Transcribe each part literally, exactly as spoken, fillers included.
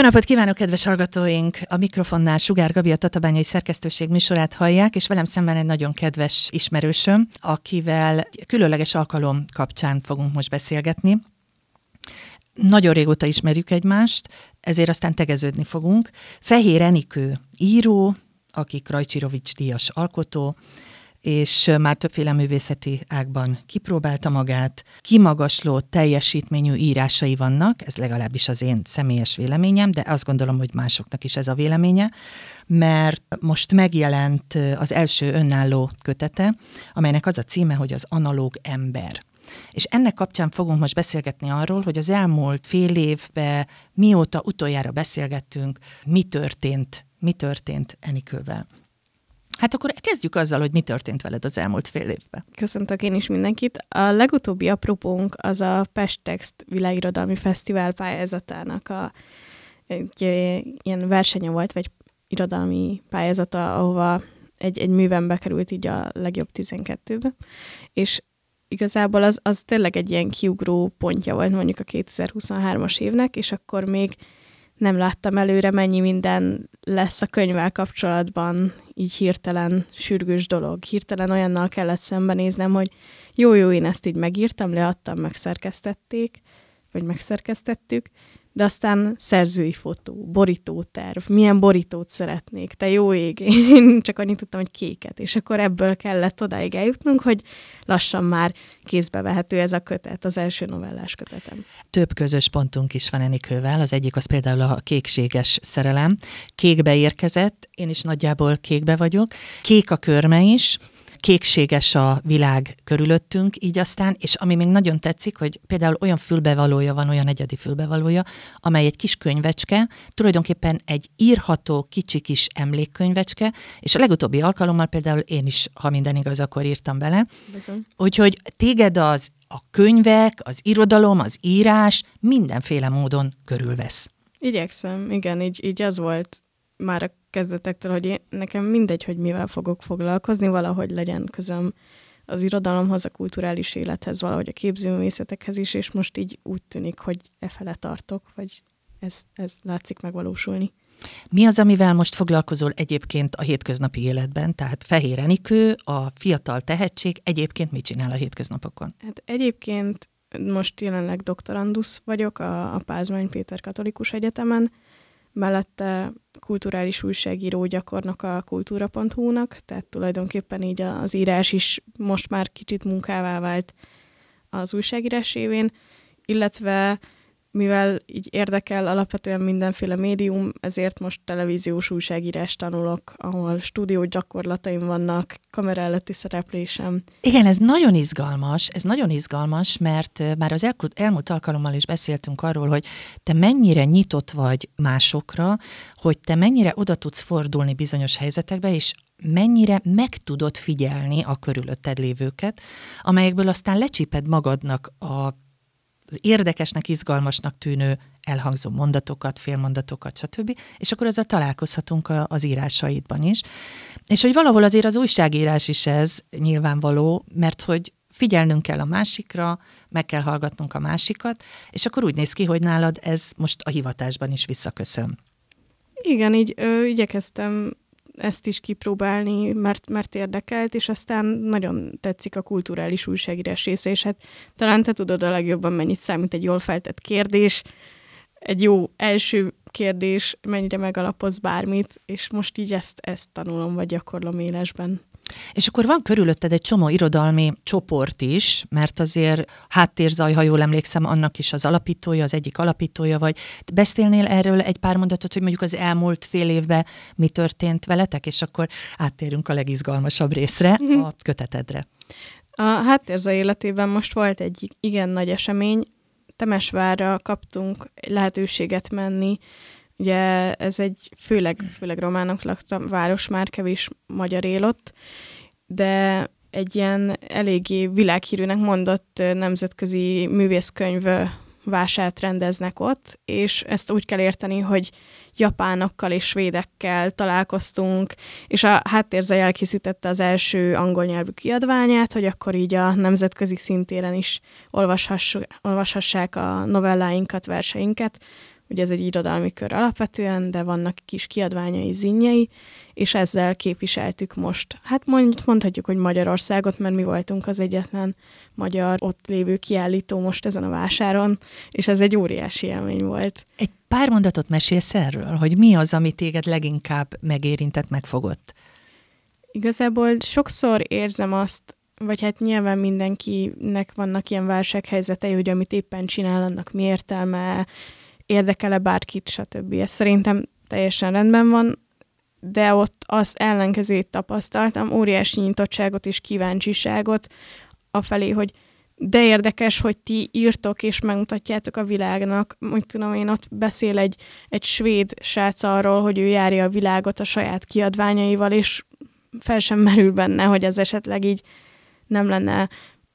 napot kívánok, kedves hallgatóink! A mikrofonnál Sugár Gabi, a Tatabányai Szerkesztőség műsorát hallják, és velem szemben egy nagyon kedves ismerősöm, akivel különleges alkalom kapcsán fogunk most beszélgetni. Nagyon régóta ismerjük egymást, ezért aztán tegeződni fogunk. Fehér Enikő író, aki Krajcsirovics díjas alkotó, és már többféle művészeti ágban kipróbálta magát. Kimagasló teljesítményű írásai vannak, ez legalábbis az én személyes véleményem, de azt gondolom, hogy másoknak is ez a véleménye, mert most megjelent az első önálló kötete, amelynek az a címe, hogy az analóg ember. És ennek kapcsán fogunk most beszélgetni arról, hogy az elmúlt fél évben, mióta utoljára beszélgettünk, mi történt, mi történt Enikővel. Hát akkor kezdjük azzal, hogy mi történt veled az elmúlt fél évben. Köszöntök én is mindenkit. A legutóbbi apropónk az a Pest Text Világirodalmi Fesztivál pályázatának a, egy ilyen versenye volt, vagy irodalmi pályázata, ahova egy, egy művem bekerült így a legjobb tizenkettőbe, és igazából az, az tényleg egy ilyen kiugró pontja volt mondjuk a kétezer-huszonhármas évnek, és akkor még nem láttam előre, mennyi minden lesz a könyvvel kapcsolatban, így hirtelen sürgős dolog. Hirtelen olyannal kellett szembenéznem, hogy jó-jó, én ezt így megírtam, leadtam, megszerkesztették, vagy megszerkesztettük, de aztán szerzői fotó, borítóterv, milyen borítót szeretnék, te jó ég, én csak annyit tudtam, hogy kéket, és akkor ebből kellett odáig eljutnunk, hogy lassan már kézbe vehető ez a kötet, az első novellás kötetem. Több közös pontunk is van Enikővel, az egyik az például a kékséges szerelem. Kékbe érkezett, én is nagyjából kékbe vagyok, kék a körme is, kékséges a világ körülöttünk, így aztán, és ami még nagyon tetszik, hogy például olyan fülbevalója van, olyan egyedi fülbevalója, amely egy kis könyvecske, tulajdonképpen egy írható kicsi kis emlékkönyvecske, és a legutóbbi alkalommal például én is, ha minden igaz, akkor írtam bele. Bizony. Úgyhogy téged az a könyvek, az irodalom, az írás mindenféle módon körülvesz. Igyekszem, igen, így, így az volt már a kezdetektől, hogy én, nekem mindegy, hogy mivel fogok foglalkozni, valahogy legyen közöm az irodalomhoz, a kulturális élethez, valahogy a képzőművészetekhez is, és most így úgy tűnik, hogy e fele tartok, vagy ez, ez látszik megvalósulni. Mi az, amivel most foglalkozol egyébként a hétköznapi életben? Tehát Fehér Enikő, a fiatal tehetség, egyébként mit csinál a hétköznapokon? Hát egyébként most jelenleg doktorandusz vagyok a, a Pázmány Péter Katolikus Egyetemen, mellette kulturális újságíró gyakornok a kultúra pont hu-nak, tehát tulajdonképpen így az írás is most már kicsit munkává vált az újságírás évén, illetve mivel így érdekel alapvetően mindenféle médium, ezért most televíziós újságírást tanulok, ahol stúdió gyakorlataim vannak, kamera előtti szereplésem. Igen, ez nagyon izgalmas, ez nagyon izgalmas, mert már az elmúlt, elmúlt alkalommal is beszéltünk arról, hogy te mennyire nyitott vagy másokra, hogy te mennyire oda tudsz fordulni bizonyos helyzetekbe, és mennyire meg tudod figyelni a körülötted lévőket, amelyekből aztán lecsíped magadnak a az érdekesnek, izgalmasnak tűnő elhangzó mondatokat, félmondatokat, stb. És akkor azzal találkozhatunk a, az írásaidban is. És hogy valahol azért az újságírás is ez nyilvánvaló, mert hogy figyelnünk kell a másikra, meg kell hallgatnunk a másikat, és akkor úgy néz ki, hogy nálad ez most a hivatásban is visszaköszön. Igen, így ö, igyekeztem ezt is kipróbálni, mert, mert érdekelt, és aztán nagyon tetszik a kulturális újságírás része, és hát talán te tudod a legjobban, mennyit számít egy jól feltett kérdés, egy jó első kérdés, mennyire megalapoz bármit, és most így ezt, ezt tanulom, vagy gyakorlom élesben. És akkor van körülötted egy csomó irodalmi csoport is, mert azért Háttérzaj, ha jól emlékszem, annak is az alapítója, az egyik alapítója vagy. Beszélnél erről egy pár mondatot, hogy mondjuk az elmúlt fél évben mi történt veletek, és akkor áttérünk a legizgalmasabb részre, a kötetedre. A Háttérzaj életében most volt egy igen nagy esemény. Temesvárra kaptunk lehetőséget menni. Ugye ez egy főleg, főleg románok lakta város, már kevés magyar él ott, de egy ilyen eléggé világhírűnek mondott nemzetközi művészkönyv vásárt rendeznek ott, és ezt úgy kell érteni, hogy japánokkal és svédekkel találkoztunk, és a Háttérzaj elkészítette az első angol nyelvű kiadványát, hogy akkor így a nemzetközi szintéren is olvashassák a novelláinkat, verseinket. ugye ez egy irodalmi kör alapvetően, de vannak kis kiadványai, zinjei, és ezzel képviseltük most. Hát mond, mondhatjuk, hogy Magyarországot, mert mi voltunk az egyetlen magyar ott lévő kiállító most ezen a vásáron, és ez egy óriási élmény volt. Egy pár mondatot mesélsz erről, hogy mi az, ami téged leginkább megérintett, megfogott? Igazából sokszor érzem azt, vagy hát nyilván mindenkinek vannak ilyen válsághelyzetei, hogy amit éppen csinál, annak mi értelme, érdekel-e bárkit, stb. Ez szerintem teljesen rendben van, de ott az ellenkezőjét tapasztaltam, óriási nyitottságot és kíváncsiságot afelé, hogy de érdekes, hogy ti írtok és megmutatjátok a világnak. Úgy tudom, én ott beszél egy, egy svéd srác arról, hogy ő járja a világot a saját kiadványaival, és fel sem merül benne, hogy ez esetleg így nem lenne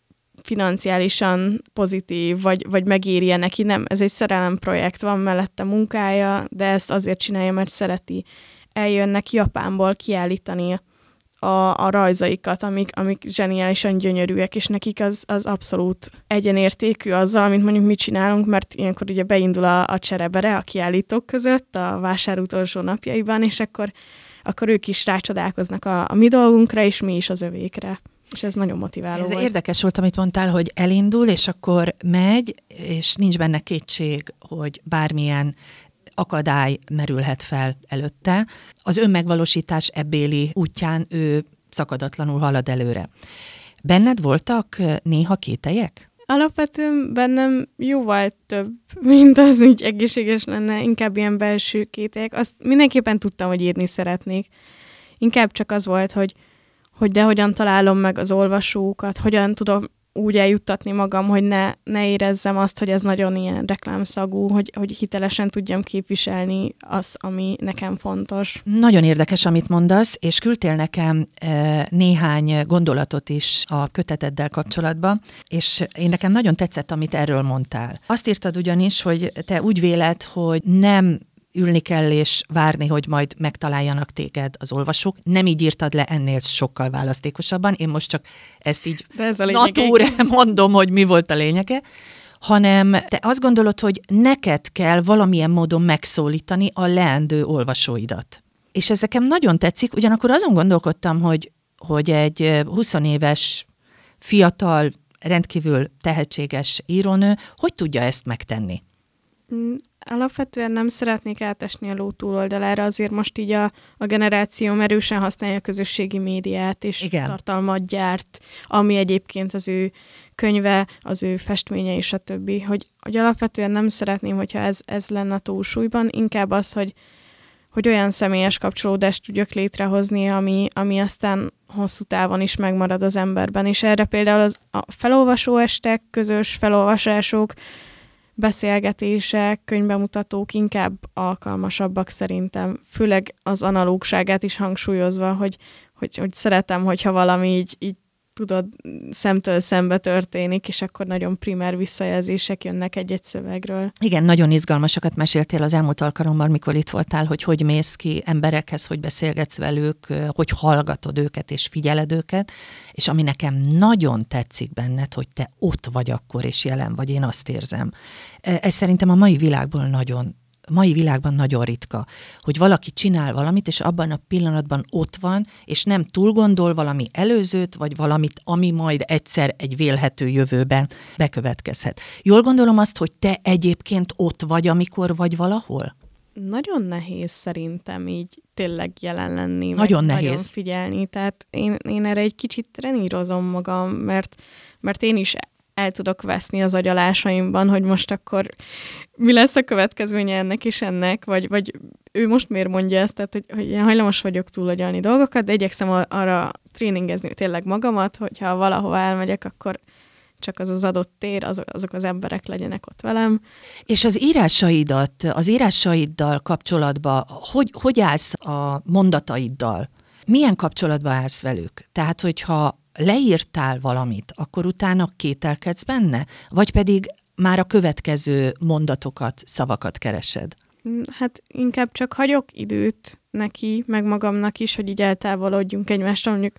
financiálisan pozitív, vagy, vagy megérje neki. Nem, ez egy szerelemprojekt, van mellette munkája, de ezt azért csinálja, mert szereti. Eljönnek Japánból kiállítani a, a rajzaikat, amik, amik zseniálisan gyönyörűek, és nekik az, az abszolút egyenértékű azzal, amit mondjuk mi csinálunk, mert ilyenkor ugye beindul a, a cserebere a kiállítók között a vásár utolsó napjaiban, és akkor, akkor ők is rácsodálkoznak a, a mi dolgunkra, és mi is az övékre. És ez nagyon motiváló Ez volt. érdekes volt, amit mondtál, hogy elindul, és akkor megy, és nincs benne kétség, hogy bármilyen akadály merülhet fel előtte. Az önmegvalósítás ebbéli útján ő szakadatlanul halad előre. Benned voltak néha kételyek? Alapvetően bennem jóval több, mint az úgy egészséges lenne, inkább ilyen belső kételyek. Azt mindenképpen tudtam, hogy írni szeretnék. Inkább csak az volt, hogy hogy de hogyan találom meg az olvasókat, hogyan tudom úgy eljuttatni magam, hogy ne, ne érezzem azt, hogy ez nagyon ilyen reklámszagú, hogy, hogy hitelesen tudjam képviselni azt, ami nekem fontos. Nagyon érdekes, amit mondasz, és küldtél nekem e, néhány gondolatot is a köteteddel kapcsolatban, és én nekem nagyon tetszett, amit erről mondtál. Azt írtad ugyanis, hogy te úgy véled, hogy nem ülni kell és várni, hogy majd megtaláljanak téged az olvasók. Nem így írtad le, ennél sokkal választékosabban. Én most csak ezt így natúre mondom, hogy mi volt a lényege, hanem te azt gondolod, hogy neked kell valamilyen módon megszólítani a leendő olvasóidat. És ez nekem nagyon tetszik, ugyanakkor azon gondolkodtam, hogy, hogy egy húsz éves fiatal, rendkívül tehetséges írónő, hogy tudja ezt megtenni? Alapvetően nem szeretnék átesni a ló túloldalára, azért most így a, a generáció erősen használja a közösségi médiát, és igen, tartalmat gyárt, ami egyébként az ő könyve, az ő festménye és a többi. Hogy, hogy alapvetően nem szeretném, hogyha ez, ez lenne a túlsúlyban, inkább az, hogy, hogy olyan személyes kapcsolódást tudjak létrehozni, ami, ami aztán hosszú távon is megmarad az emberben. És erre például az, a felolvasóestek, közös felolvasások, beszélgetések, könyvbemutatók inkább alkalmasabbak szerintem, főleg az analógságát is hangsúlyozva, hogy, hogy, hogy szeretem, hogyha valami így, így tudod, szemtől szembe történik, és akkor nagyon primer visszajelzések jönnek egy-egy szövegről. Igen, nagyon izgalmasakat meséltél az elmúlt alkalommal, mikor itt voltál, hogy hogy mész ki emberekhez, hogy beszélgetsz velük, hogy hallgatod őket és figyeled őket, és ami nekem nagyon tetszik benned, hogy te ott vagy akkor és jelen vagy, én azt érzem. Ez szerintem a mai világból nagyon mai világban nagyon ritka, hogy valaki csinál valamit, és abban a pillanatban ott van, és nem túlgondol valami előzőt, vagy valamit, ami majd egyszer egy vélhető jövőben bekövetkezhet. Jól gondolom azt, hogy te egyébként ott vagy, amikor vagy valahol? Nagyon nehéz szerintem így tényleg jelen lenni. Nagyon nehéz. Nagyon figyelni. Tehát én, én erre egy kicsit trenírozom magam, mert, mert én is el tudok veszni az agyalásaimban, hogy most akkor mi lesz a következménye ennek és ennek, vagy, vagy ő most miért mondja ezt, tehát hogy, hogy én hajlamos vagyok túlagyalni dolgokat, de igyekszem arra tréningezni tényleg magamat, hogyha valahova elmegyek, akkor csak az az adott tér, azok, azok az emberek legyenek ott velem. És az írásaidat, az írásaiddal kapcsolatban, hogy, hogy állsz a mondataiddal? Milyen kapcsolatban állsz velük? Tehát, hogyha leírtál valamit, akkor utána kételkedsz benne? Vagy pedig már a következő mondatokat, szavakat keresed? Hát inkább csak hagyok időt neki, meg magamnak is, hogy így eltávolodjunk egymástól. Mondjuk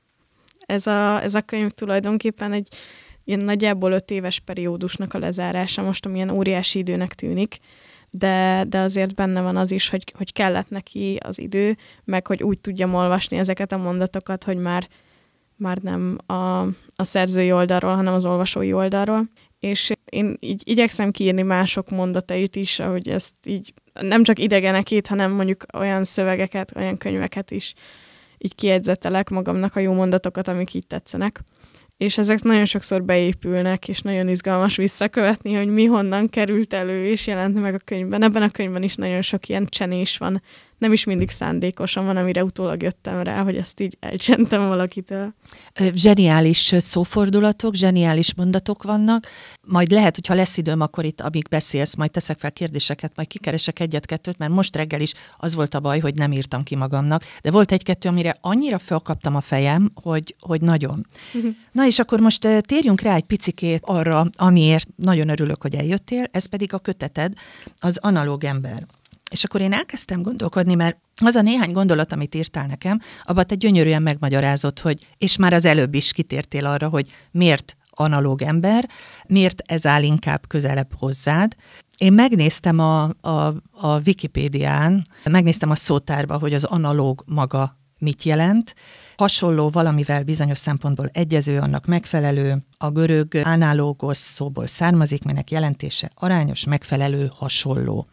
ez a, ez a könyv tulajdonképpen egy ilyen nagyjából öt éves periódusnak a lezárása most, ami ilyen óriási időnek tűnik. de, de azért benne van az is, hogy, hogy kellett neki az idő, meg hogy úgy tudjam olvasni ezeket a mondatokat, hogy már, már nem a, a szerzői oldalról, hanem az olvasói oldalról. És én így igyekszem kiírni mások mondatait is, ahogy ezt így nem csak idegenekét, hanem mondjuk olyan szövegeket, olyan könyveket is így kiedzetelek magamnak a jó mondatokat, amik így tetszenek. És ezek nagyon sokszor beépülnek, és nagyon izgalmas visszakövetni, hogy mi honnan került elő, és jelent meg a könyvben. Ebben a könyvben is nagyon sok ilyen csenés van. Nem is mindig szándékosan van, amire utólag jöttem rá, hogy ezt így elcsentem valakitől. Zseniális szófordulatok, zseniális mondatok vannak. Majd lehet, hogyha lesz időm, akkor itt, amíg beszélsz, majd teszek fel kérdéseket, majd kikeresek egyet-kettőt, mert most reggel is az volt a baj, hogy nem írtam ki magamnak. De volt egy-kettő, amire annyira felkaptam a fejem, hogy, hogy nagyon. Uh-huh. Na és akkor most térjünk rá egy picikét arra, amiért nagyon örülök, hogy eljöttél, ez pedig a köteted, az Analóg ember. És akkor én elkezdtem gondolkodni, mert az a néhány gondolat, amit írtál nekem, abban te gyönyörűen megmagyarázott, hogy, és már az előbb is kitértél arra, hogy miért analóg ember, miért ez áll inkább közelebb hozzád. Én megnéztem a, a, a Wikipédián, megnéztem a szótárba, hogy az analóg maga mit jelent. Hasonló valamivel bizonyos szempontból egyező, annak megfelelő, a görög analógos szóból származik, melynek jelentése arányos, megfelelő, hasonló.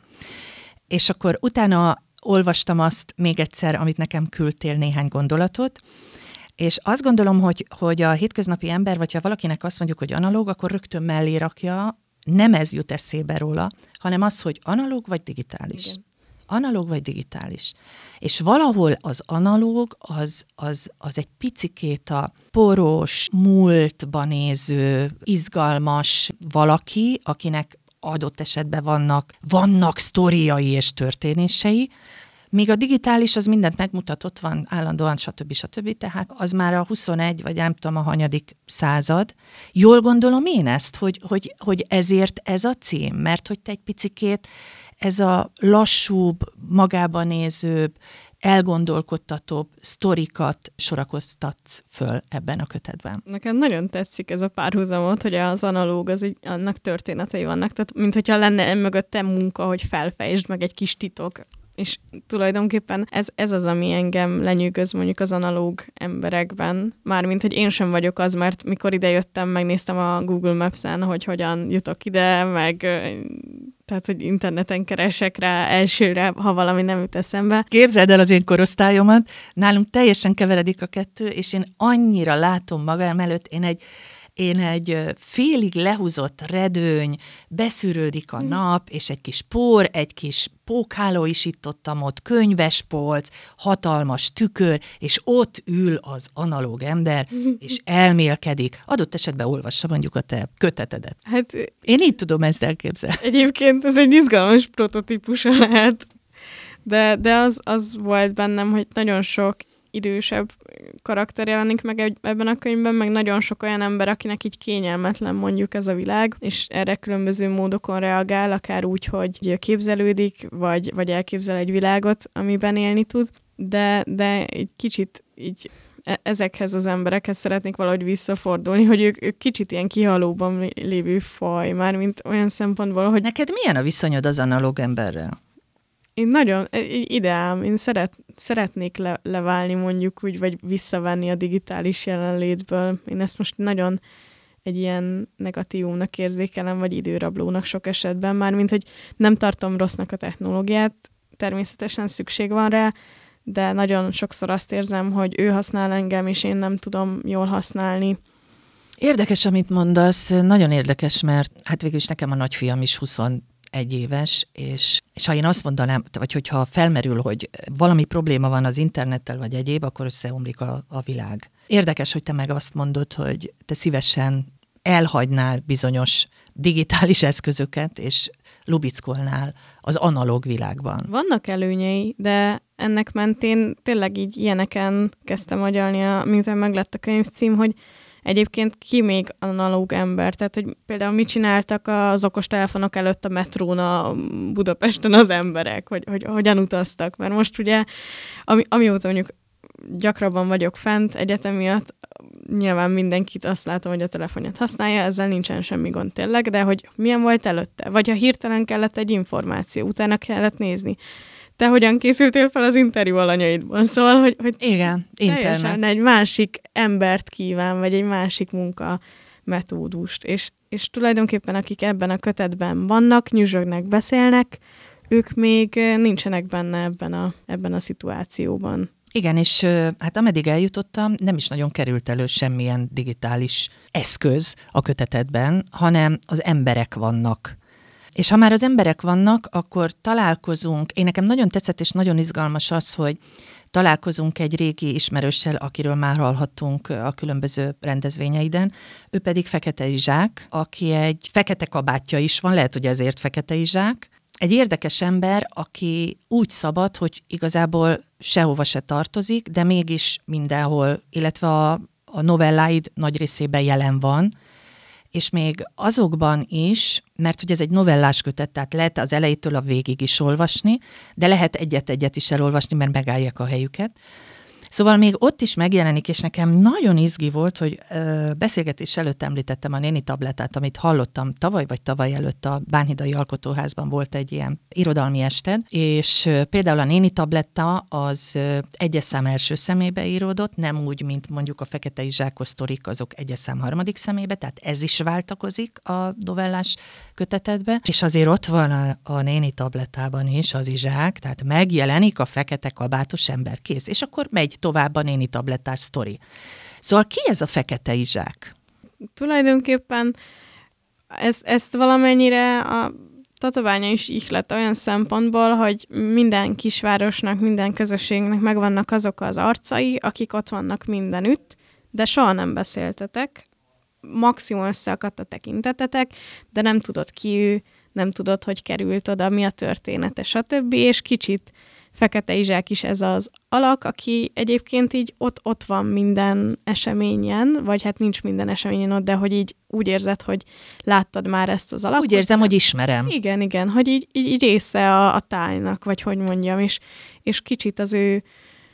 És akkor utána olvastam azt még egyszer, amit nekem küldtél, néhány gondolatot, és azt gondolom, hogy, hogy a hétköznapi ember, vagy ha valakinek azt mondjuk, hogy analóg, akkor rögtön mellé rakja, nem ez jut eszébe róla, hanem az, hogy analóg vagy digitális. Igen. Analóg vagy digitális. És valahol az analóg az, az, az egy picikét a poros, múltba néző, izgalmas valaki, akinek adott esetben vannak, vannak sztoriai és történései, míg a digitális az mindent megmutatott, van állandóan, stb. stb. Tehát az már a huszonegy, vagy nem tudom, a hanyadik század. Jól gondolom én ezt, hogy, hogy, hogy ezért ez a cím, mert hogy te egy picikét ez a lassúbb, magában nézőbb, elgondolkodtatóbb sztorikat sorakoztatsz föl ebben a kötetben. Nekem nagyon tetszik ez a párhuzamot, hogy az analóg, az így, annak történetei vannak. Tehát, mint hogyha lenne mögötte munka, hogy felfejtsd meg egy kis titok. És tulajdonképpen ez, ez az, ami engem lenyűgöz mondjuk az analóg emberekben. Mármint, hogy én sem vagyok az, mert mikor idejöttem, megnéztem a Google Maps-en, hogy hogyan jutok ide, meg tehát, hogy interneten keresek rá elsőre, ha valami nem jut eszembe. Képzeld el az én korosztályomat, nálunk teljesen keveredik a kettő, és én annyira látom magam előtt, én egy Én egy félig lehúzott redőny, beszűrődik a nap, és egy kis por, egy kis pókháló is itt ottam ott, könyvespolc, hatalmas tükör, és ott ül az analóg ember, és elmélkedik. Adott esetben olvassa mondjuk a te kötetedet. Hát, én így tudom ezt elképzelni. Egyébként ez egy izgalmas prototípusa lehet, de, de az, az volt bennem, hogy nagyon sok idősebb karakter jelenik meg ebben a könyvben, meg nagyon sok olyan ember, akinek így kényelmetlen mondjuk ez a világ, és erre különböző módokon reagál, akár úgy, hogy képzelődik, vagy, vagy elképzel egy világot, amiben élni tud, de, de egy kicsit így ezekhez az emberekhez szeretnék valahogy visszafordulni, hogy ők, ők kicsit ilyen kihalóban lévő faj, mármint olyan szempontból, hogy... Neked milyen a viszonyod az analóg emberrel? Én nagyon ideám, én szeret, szeretnék le, leválni mondjuk úgy, vagy visszavenni a digitális jelenlétből. Én ezt most nagyon egy ilyen negatívumnak érzékelem, vagy időrablónak sok esetben, mármint, hogy nem tartom rossznak a technológiát, természetesen szükség van rá, de nagyon sokszor azt érzem, hogy ő használ engem, és én nem tudom jól használni. Érdekes, amit mondasz, nagyon érdekes, mert hát végülis nekem a nagyfiam is huszonegy éves, és, és ha én azt mondanám, vagy hogyha felmerül, hogy valami probléma van az internettel, vagy egyéb, akkor összeomlik a, a világ. Érdekes, hogy te meg azt mondod, hogy te szívesen elhagynál bizonyos digitális eszközöket, és lubickolnál az analóg világban. Vannak előnyei, de ennek mentén tényleg így ilyeneken kezdtem agyalni, a, miután meglett a könyvcím, hogy egyébként ki még analóg ember? Tehát, hogy például mit csináltak az okostelefonok előtt a metrón a Budapesten az emberek, hogy, hogy hogyan utaztak? Mert most ugye, ami, amióta mondjuk gyakrabban vagyok fent egyetem miatt, nyilván mindenkit azt látom, hogy a telefonját használja, ezzel nincsen semmi gond tényleg, de hogy milyen volt előtte? Vagy ha hirtelen kellett egy információ, utána kellett nézni. Te hogyan készültél fel az interjú alanyaidból? Szóval, hogy, hogy igen, teljesen egy másik embert kíván, vagy egy másik munka metódust. És, és tulajdonképpen akik ebben a kötetben vannak, nyüzsögnek, beszélnek, ők még nincsenek benne ebben a, ebben a szituációban. Igen, és hát ameddig eljutottam, nem is nagyon került elő semmilyen digitális eszköz a kötetedben, hanem az emberek vannak. És ha már az emberek vannak, akkor találkozunk, én nekem nagyon tetszett és nagyon izgalmas az, hogy találkozunk egy régi ismerőssel, akiről már hallhattunk a különböző rendezvényeiden, ő pedig Fekete Izsák, aki egy fekete kabátja is van, lehet, hogy ezért Fekete Izsák. Egy érdekes ember, aki úgy szabad, hogy igazából sehova se tartozik, de mégis mindenhol, illetve a, a novelláid nagy részében jelen van, és még azokban is, mert ugye ez egy novellás kötet, tehát lehet az elejétől a végig is olvasni, de lehet egyet-egyet is elolvasni, mert megállják a helyüket. Szóval még ott is megjelenik, és nekem nagyon izgi volt, hogy ö, beszélgetés előtt említettem a néni tabletát, amit hallottam tavaly vagy tavaly előtt a Bánhidai Alkotóházban volt egy ilyen irodalmi ested, és ö, például a néni tabletta az ö, egyes szám első szemébe íródott, nem úgy, mint mondjuk a Fekete Izsákos sztorik, azok egyes szám harmadik szemébe, tehát ez is váltakozik a novellás kötetedbe, és azért ott van a, a néni tablettában is az Izsák, tehát megjelenik a fekete kabátos ember, kész, és akkor megy tovább a néni tablettás sztori. Szóval ki ez a Fekete Izsák? Tulajdonképpen ez, ezt valamennyire a tatoványa is ihlet olyan szempontból, hogy minden kisvárosnak, minden közösségnek megvannak azok az arcai, akik ott vannak mindenütt, de soha nem beszéltetek, maximum összeakadt a tekintetetek, de nem tudod ki ő, nem tudod, hogy került oda, mi a története, stb. És kicsit Fekete Izsák is ez az alak, aki egyébként így ott, ott van minden eseményen, vagy hát nincs minden eseményen ott, de hogy így úgy érzed, hogy láttad már ezt az alakot. Úgy érzem, hogy ismerem. Igen, igen, hogy így, így, így része a, a tájnak, vagy hogy mondjam, és, és kicsit az ő,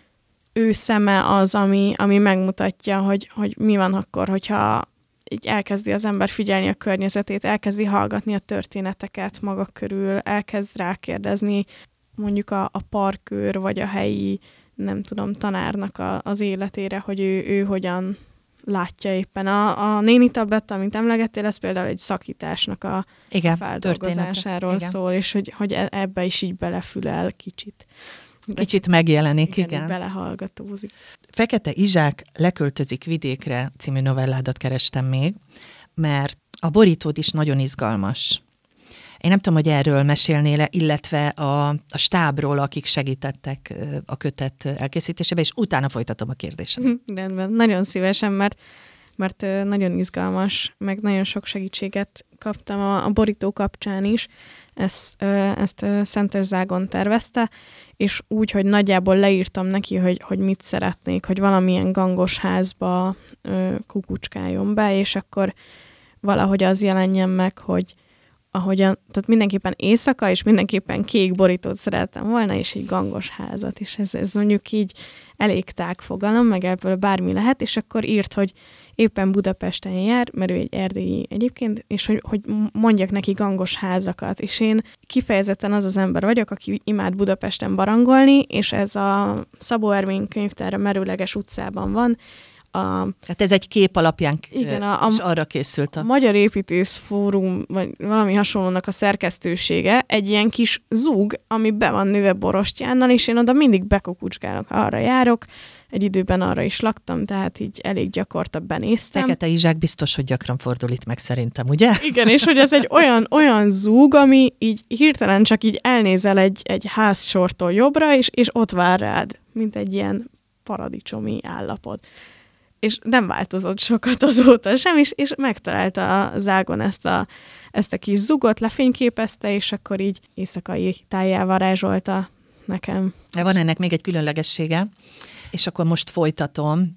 ő szeme az, ami, ami megmutatja, hogy, hogy mi van akkor, hogyha így elkezdi az ember figyelni a környezetét, elkezdi hallgatni a történeteket maga körül, elkezd rákérdezni mondjuk a, a parkőr, vagy a helyi, nem tudom, tanárnak a, az életére, hogy ő, ő hogyan látja éppen. A, a néni tabletta, amit emlegettél, ez például egy szakításnak a igen, feldolgozásáról igen. szól, és hogy, hogy ebbe is így belefülel kicsit. Kicsit megjelenik, igen. igen. Belehallgatózik. Fekete Izsák leköltözik vidékre című novelládat kerestem még, mert a borítód is nagyon izgalmas. Én nem tudom, hogy erről mesélnél, illetve a, a stábról, akik segítettek a kötet elkészítésében, és utána folytatom a kérdésem. Rendben, nagyon szívesen, mert, mert nagyon izgalmas, meg nagyon sok segítséget kaptam a, a borító kapcsán is. Ezt, ezt Szentes Zágon tervezte, és úgy, hogy nagyjából leírtam neki, hogy, hogy mit szeretnék, hogy valamilyen gangos házba kukucskáljon be, és akkor valahogy az jelenjen meg, hogy ahogyan, tehát mindenképpen éjszaka, és mindenképpen kék borítót szerettem volna, és egy gangos házat, és ez, ez mondjuk így elég tág fogalom, meg ebből bármi lehet, és akkor írt, hogy éppen Budapesten jár, mert ő egy erdélyi egyébként, és hogy, hogy mondjak neki gangos házakat, és én kifejezetten az az ember vagyok, aki imád Budapesten barangolni, és ez a Szabó Ervin könyvtár a Merőleges utcában van. A, hát ez egy kép alapján igen, a, a, arra készült. A... a Magyar Építész Fórum, vagy valami hasonlónak a szerkesztősége, egy ilyen kis zúg, ami be van nőve borostyánnal, és én oda mindig bekukucskálok, ha arra járok. Egy időben arra is laktam, tehát így elég gyakorta benéztem. Fekete Izsák biztos, hogy gyakran fordul itt meg szerintem, ugye? Igen, és hogy ez egy olyan, olyan zúg, ami így hirtelen csak így elnézel egy, egy házsortól jobbra, és, és ott vár rád, mint egy ilyen paradicsomi állapot. És nem változott sokat azóta sem, és, és megtalálta a Zágon ezt a, ezt a kis zugot, lefényképezte, és akkor így éjszakai tájjá varázsolta nekem. Van ennek még egy különlegessége, és akkor most folytatom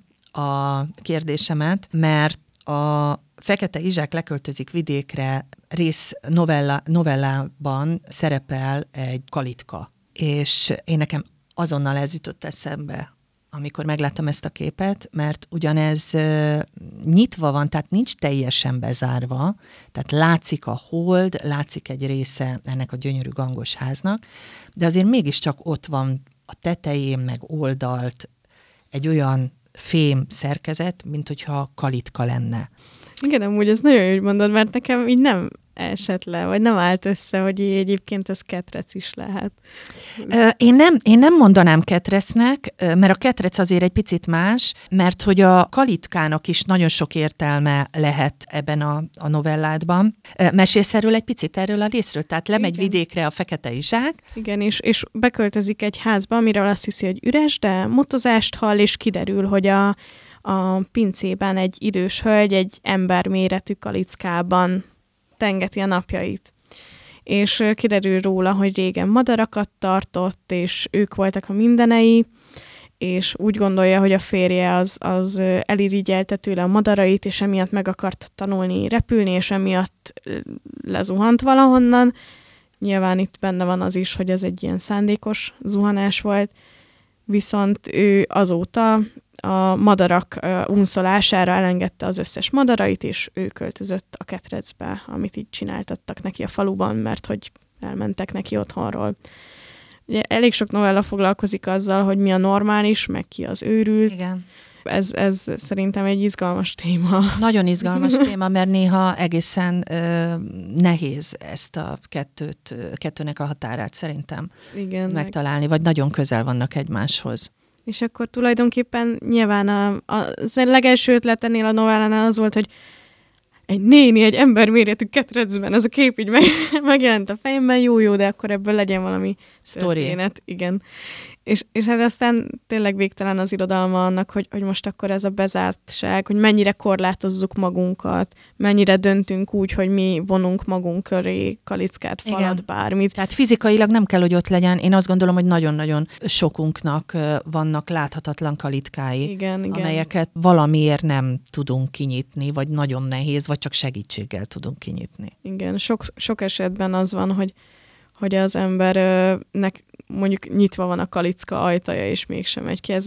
a kérdésemet, mert a Fekete Izsák leköltözik vidékre rész novella, novellában szerepel egy kalitka, és én nekem azonnal ez jutott eszembe, amikor megláttam ezt a képet, mert ugyanez nyitva van, tehát nincs teljesen bezárva, tehát látszik a hold, látszik egy része ennek a gyönyörű gangos háznak, de azért mégiscsak ott van a tetején, meg oldalt egy olyan fém szerkezet, mint hogyha kalitka lenne. Igen, amúgy ez nagyon jó, hogy mondod, mert nekem így nem esett le, vagy nem állt össze, hogy egyébként ez ketrec is lehet. Én nem, én nem mondanám ketrecnek, mert a ketrec azért egy picit más, mert hogy a kalitkának is nagyon sok értelme lehet ebben a, a novelládban. Mesélsz erről egy picit erről a részről? Tehát lemegy Igen. vidékre a fekete izsák. Igen, és, és beköltözik egy házba, amiről azt hiszi, hogy üres, de motozást hall, és kiderül, hogy a, a pincében egy idős hölgy egy emberméretű kalickában tengeti a napjait. És kiderül róla, hogy régen madarakat tartott, és ők voltak a mindenei, és úgy gondolja, hogy a férje az, az elirigyelte tőle a madarait, és emiatt meg akart tanulni repülni, és emiatt lezuhant valahonnan. Nyilván itt benne van az is, hogy ez egy ilyen szándékos zuhanás volt, viszont ő azóta a madarak unszolására elengedte az összes madarait, és ő költözött a ketrecbe, amit így csináltattak neki a faluban, mert hogy elmentek neki otthonról. Ugye elég sok novella foglalkozik azzal, hogy mi a normális, meg ki az őrült. Igen. Ez, ez szerintem egy izgalmas téma. Nagyon izgalmas téma, mert néha egészen ö, nehéz ezt a kettőt, kettőnek a határát szerintem Igen, megtalálni, meg... vagy nagyon közel vannak egymáshoz. És akkor tulajdonképpen nyilván a, a, az legelső ötletenél a novellánál az volt, hogy egy néni, egy emberméretű ketrecben, ez a kép így meg, megjelent a fejemben, jó-jó, de akkor ebből legyen valami történet. Igen. És, és hát aztán tényleg végtelen az irodalma annak, hogy, hogy most akkor ez a bezártság, hogy mennyire korlátozzuk magunkat, mennyire döntünk úgy, hogy mi vonunk magunk köré kalickát, falat, Igen. bármit. Tehát fizikailag nem kell, hogy ott legyen. Én azt gondolom, hogy nagyon-nagyon sokunknak vannak láthatatlan kalitkái, igen, igen. amelyeket valamiért nem tudunk kinyitni, vagy nagyon nehéz, vagy csak segítséggel tudunk kinyitni. Igen, sok, sok esetben az van, hogy hogy az embernek mondjuk nyitva van a kalicka ajtaja, és mégsem megy ki. Ez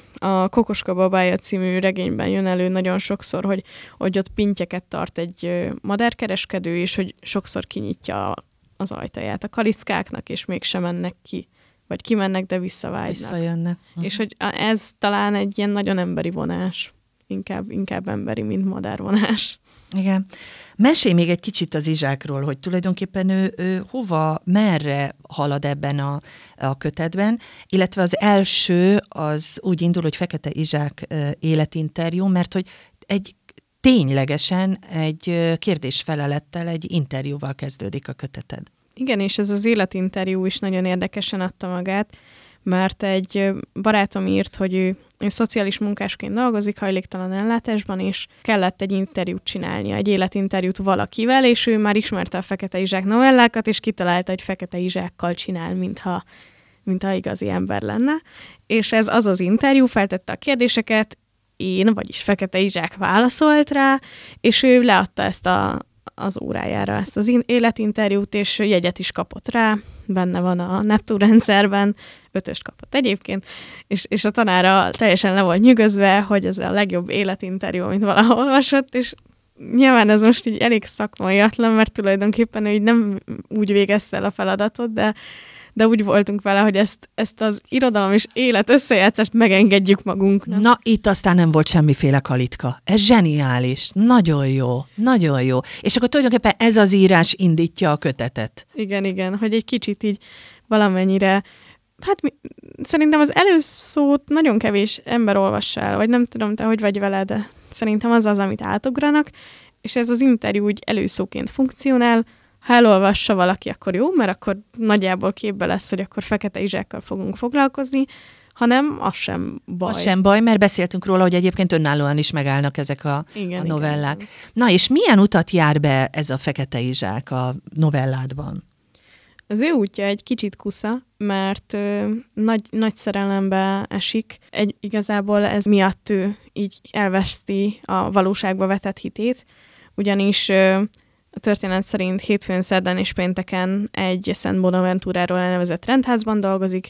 a Kokoska babája című regényben jön elő nagyon sokszor, hogy, hogy ott pintyeket tart egy madárkereskedő, és hogy sokszor kinyitja az ajtaját a kalickáknak, és mégsem mennek ki. Vagy kimennek, de visszavágynak. Visszajönnek. Uh-huh. És hogy ez talán egy ilyen nagyon emberi vonás. Inkább, inkább emberi, mint madárvonás. Igen. Mesélj még egy kicsit az izsákról, hogy tulajdonképpen ő, ő hova, merre halad ebben a, a kötetben, illetve az első az úgy indul, hogy Fekete Izsák életinterjú, mert hogy egy ténylegesen egy kérdésfelelettel, egy interjúval kezdődik a köteted. Igen, és ez az életinterjú is nagyon érdekesen adta magát, mert egy barátom írt, hogy ő, ő szociális munkásként dolgozik, hajléktalan ellátásban, és kellett egy interjút csinálnia, egy életinterjút valakivel, és ő már ismerte a Fekete Izsák novellákat, és kitalálta, hogy Fekete Izsákkal csinál, mintha, mintha igazi ember lenne. És ez az az interjú, feltette a kérdéseket, én, vagyis Fekete Izsák válaszolt rá, és ő leadta ezt a az órájára ezt az életinterjút, és jegyet is kapott rá, benne van a Neptun rendszerben, ötöst kapott egyébként, és, és a tanára teljesen le volt nyűgözve, hogy ez a legjobb életinterjú, amit valaha olvasott, és nyilván ez most így elég szakmaiatlan, mert tulajdonképpen ő így nem úgy végezte el a feladatot, de de úgy voltunk vele, hogy ezt, ezt az irodalom és élet összejátszást megengedjük magunknak. Na, itt aztán nem volt semmiféle kalitka. Ez zseniális. Nagyon jó. Nagyon jó. És akkor tulajdonképpen ez az írás indítja a kötetet. Igen, igen, hogy egy kicsit így valamennyire, hát mi, szerintem az előszót nagyon kevés ember olvassa el, vagy nem tudom, te hogy vagy vele, de szerintem az az, amit átugranak, és ez az interjú úgy előszóként funkcionál. Ha elolvassa valaki, akkor jó, mert akkor nagyjából képbe lesz, hogy akkor Fekete Izsákkal fogunk foglalkozni, hanem az sem baj. Az sem baj, mert beszéltünk róla, hogy egyébként önállóan is megállnak ezek a, igen, a novellák. Igen. Na, és milyen utat jár be ez a Fekete Izsák a novelládban? Az ő útja egy kicsit kusza, mert ö, nagy, nagy szerelembe esik. Egy, igazából ez miatt ő így elveszti a valóságba vetett hitét, ugyanis ö, a történet szerint hétfőn, szerdán és pénteken egy Szent Bonaventuráról elnevezett rendházban dolgozik,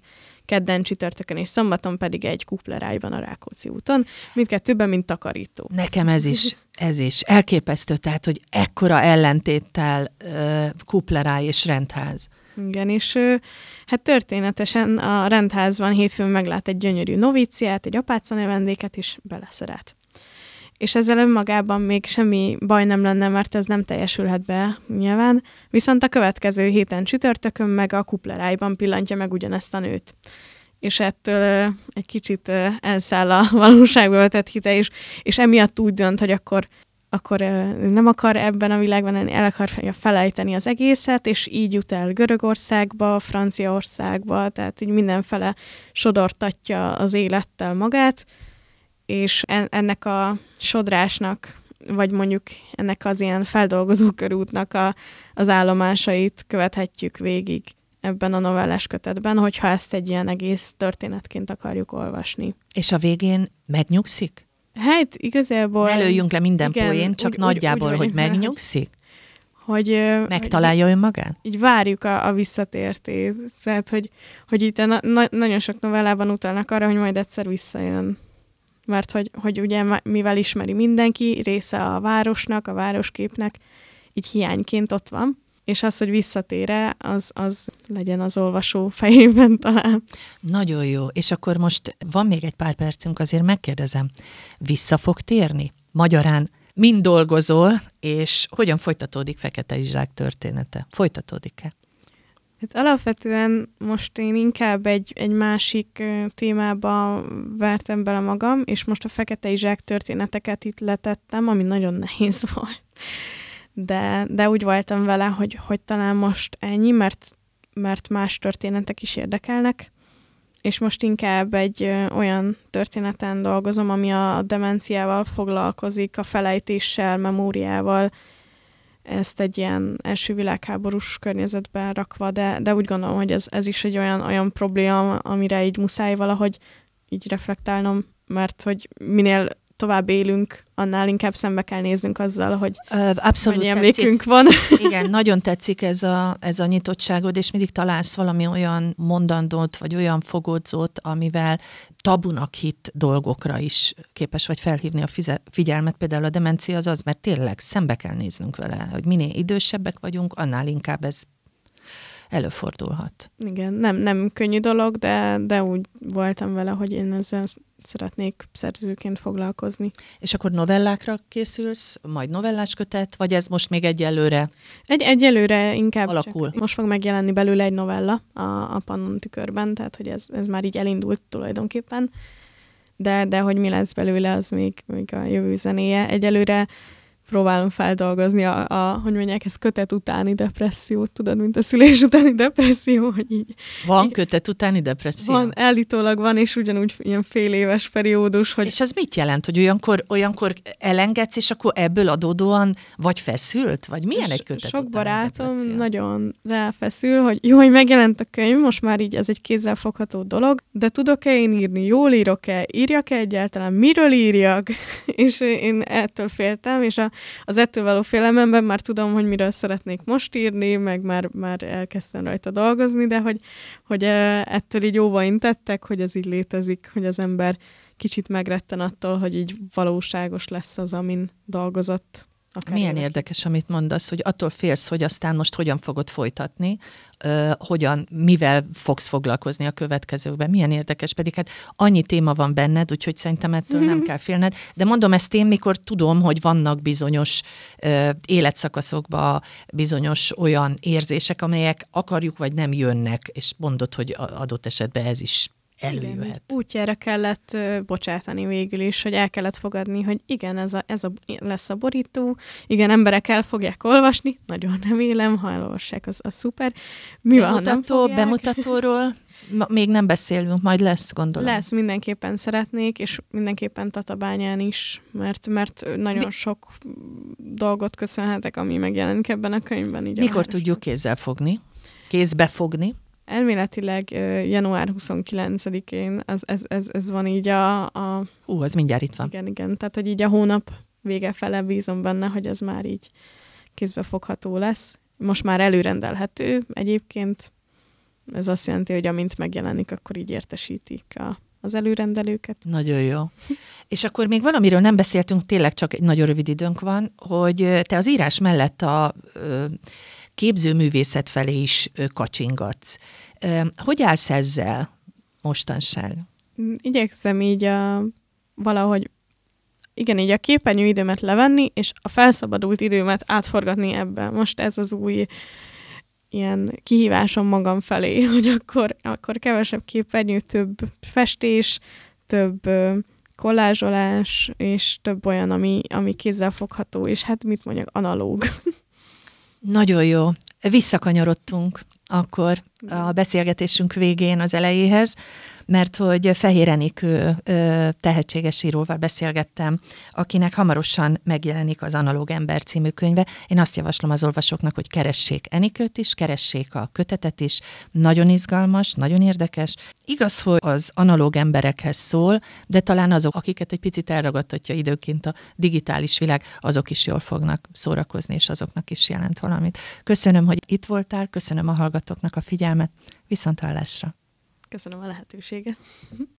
kedden, csütörtökön és szombaton pedig egy Kuplerájban a Rákóczi úton. Mindkettőben, mint takarító. Nekem ez is, ez is elképesztő, tehát, hogy ekkora ellentéttel uh, Kupleráj és rendház. Igen, és hát történetesen a rendházban hétfőn meglát egy gyönyörű noviciát, egy apáca növendéket, és beleszeret. És ezzel önmagában még semmi baj nem lenne, mert ez nem teljesülhet be nyilván, viszont a következő héten csütörtökön meg a Kuplerájban pillantja meg ugyanezt a nőt. És ettől egy kicsit elszáll a valóságba vetett hite, és, és emiatt úgy dönt, hogy akkor akkor nem akar ebben a világban lenni, el akarja felejteni az egészet, és így jut el Görögországba, Franciaországba, tehát így mindenfele sodortatja az élettel magát, és ennek a sodrásnak, vagy mondjuk ennek az ilyen feldolgozó körútnak a, az állomásait követhetjük végig ebben a novellás kötetben, hogyha ezt egy ilyen egész történetként akarjuk olvasni. És a végén megnyugszik? Hát igazából... Ne lőjünk le minden igen, poén, csak úgy, nagyjából, úgy, úgy, hogy megnyugszik? Hogy, megtalálja önmagát? Így várjuk a, a visszatértét. Tehát, hogy, hogy itt na, na, nagyon sok novellában utalnak arra, hogy majd egyszer visszajön. Mert hogy, hogy ugye mivel ismeri mindenki, része a városnak, a városképnek, így hiányként ott van. És az, hogy visszatére, az, az legyen az olvasó fejében talán. Nagyon jó. És akkor most van még egy pár percünk, azért megkérdezem, vissza fog térni? Magyarán mind dolgozol, és hogyan folytatódik Fekete Izsák története? Folytatódik-e? Hát alapvetően most én inkább egy, egy másik témába vertem bele magam, és most a Fekete Izsák történeteket itt letettem, ami nagyon nehéz volt. De, de úgy voltam vele, hogy, hogy talán most ennyi, mert, mert más történetek is érdekelnek, és most inkább egy ö, olyan történeten dolgozom, ami a demenciával foglalkozik, a felejtéssel, memóriával, ezt egy ilyen első világháborús környezetben rakva, de, de úgy gondolom, hogy ez, ez is egy olyan, olyan probléma, amire így muszáj valahogy így reflektálnom, mert hogy minél tovább élünk, annál inkább szembe kell néznünk azzal, hogy abszolút mennyi emlékünk tetszik. van. Igen, nagyon tetszik ez a, ez a nyitottságod, és mindig találsz valami olyan mondandót, vagy olyan fogódzót, amivel tabunak hitt dolgokra is képes vagy felhívni a fize- figyelmet. Például a demencia az az, mert tényleg szembe kell néznünk vele, hogy minél idősebbek vagyunk, annál inkább ez előfordulhat. Igen, nem, nem könnyű dolog, de, de úgy voltam vele, hogy én ezzel szeretnék szerzőként foglalkozni. És akkor novellákra készülsz, majd novellás kötet, vagy ez most még egyelőre Egy, egyelőre inkább alakul? Csak most fog megjelenni belőle egy novella a, a Pannon tükörben, tehát hogy ez, ez már így elindult tulajdonképpen, de, de hogy mi lesz belőle, az még, még a jövő zenéje. Egyelőre próbálom feldolgozni a, a, hogy mondják, ez kötet utáni depressziót, tudod, mint a szülés utáni depresszió, hogy így... Van így, kötet utáni depresszió? Van, állítólag van, és ugyanúgy ilyen fél éves periódus, hogy... És az mit jelent, hogy olyankor, olyankor elengedsz, és akkor ebből adódóan vagy feszült? Vagy milyen egy kötet Sok utáni barátom depresszió? Nagyon ráfeszül, hogy jó, hogy megjelent a könyv, most már így ez egy kézzelfogható dolog, de tudok-e én írni, jól írok-e, írjak-e egyáltalán, miről írjak? És én ettől féltem, és a Az ettől való félelemben már tudom, hogy miről szeretnék most írni, meg már, már elkezdtem rajta dolgozni, de hogy, hogy ettől így jóva intettek, hogy ez így létezik, hogy az ember kicsit megretten attól, hogy így valóságos lesz az, amin dolgozott. Milyen évek. Érdekes, amit mondasz, hogy attól félsz, hogy aztán most hogyan fogod folytatni, uh, hogyan, mivel fogsz foglalkozni a következőkben. Milyen érdekes, pedig hát annyi téma van benned, úgyhogy szerintem ettől nem kell félned. De mondom ezt én, mikor tudom, hogy vannak bizonyos uh, életszakaszokban bizonyos olyan érzések, amelyek akarjuk vagy nem jönnek, és mondod, hogy adott esetben ez is előjöhet. Igen, útjára kellett uh, bocsátani végül is, hogy el kellett fogadni, hogy igen, ez, a, ez a, lesz a borító, igen, emberek el fogják olvasni, nagyon remélem, ha elolvassák, az, az szuper. Mi van, ha nem fogják? Bemutatóról még nem beszélünk, majd lesz, gondolom. Lesz, mindenképpen szeretnék, és mindenképpen Tatabányán is, mert, mert nagyon Mi... sok dolgot köszönhetek, ami megjelenik ebben a könyvben. Így Mikor tudjuk kézzel fogni? Kézbe fogni? Elméletileg uh, január huszonkilencedikén ez, ez, ez, ez van így a, a... Hú, az mindjárt itt van. Igen, igen, tehát hogy így a hónap vége fele bízom benne, hogy ez már így kézbefogható lesz. Most már előrendelhető egyébként, Ez azt jelenti, hogy amint megjelenik, akkor így értesítik a, az előrendelőket. Nagyon jó. És akkor még valamiről nem beszéltünk, tényleg csak egy nagyon rövid időnk van, hogy te az írás mellett a ö, képzőművészet felé is ö, kacsingatsz. Ö, hogy állsz ezzel mostanság? Igyekszem így a, valahogy, igen, így a képernyő időmet levenni, és a felszabadult időmet átforgatni ebbe. Most ez az új ilyen kihívásom magam felé, hogy akkor, akkor kevesebb képernyő, több festés, több ö, kollázsolás, és több olyan, ami, ami kézzelfogható, és hát mit mondjak, analóg. Nagyon jó. Visszakanyarodtunk akkor a beszélgetésünk végén az elejéhez, mert hogy Fehér Enikő tehetséges íróval beszélgettem, akinek hamarosan megjelenik az Analóg ember című könyve. Én azt javaslom az olvasóknak, hogy keressék Enikőt is, keressék a kötetet is. Nagyon izgalmas, nagyon érdekes. Igaz, hogy az analóg emberekhez szól, de talán azok, akiket egy picit elragadtatja időként a digitális világ, azok is jól fognak szórakozni, és azoknak is jelent valamit. Köszönöm, hogy itt voltál, köszönöm a hallgatóknak a figyelmet. Viszonthallásra! Köszönöm a lehetőséget.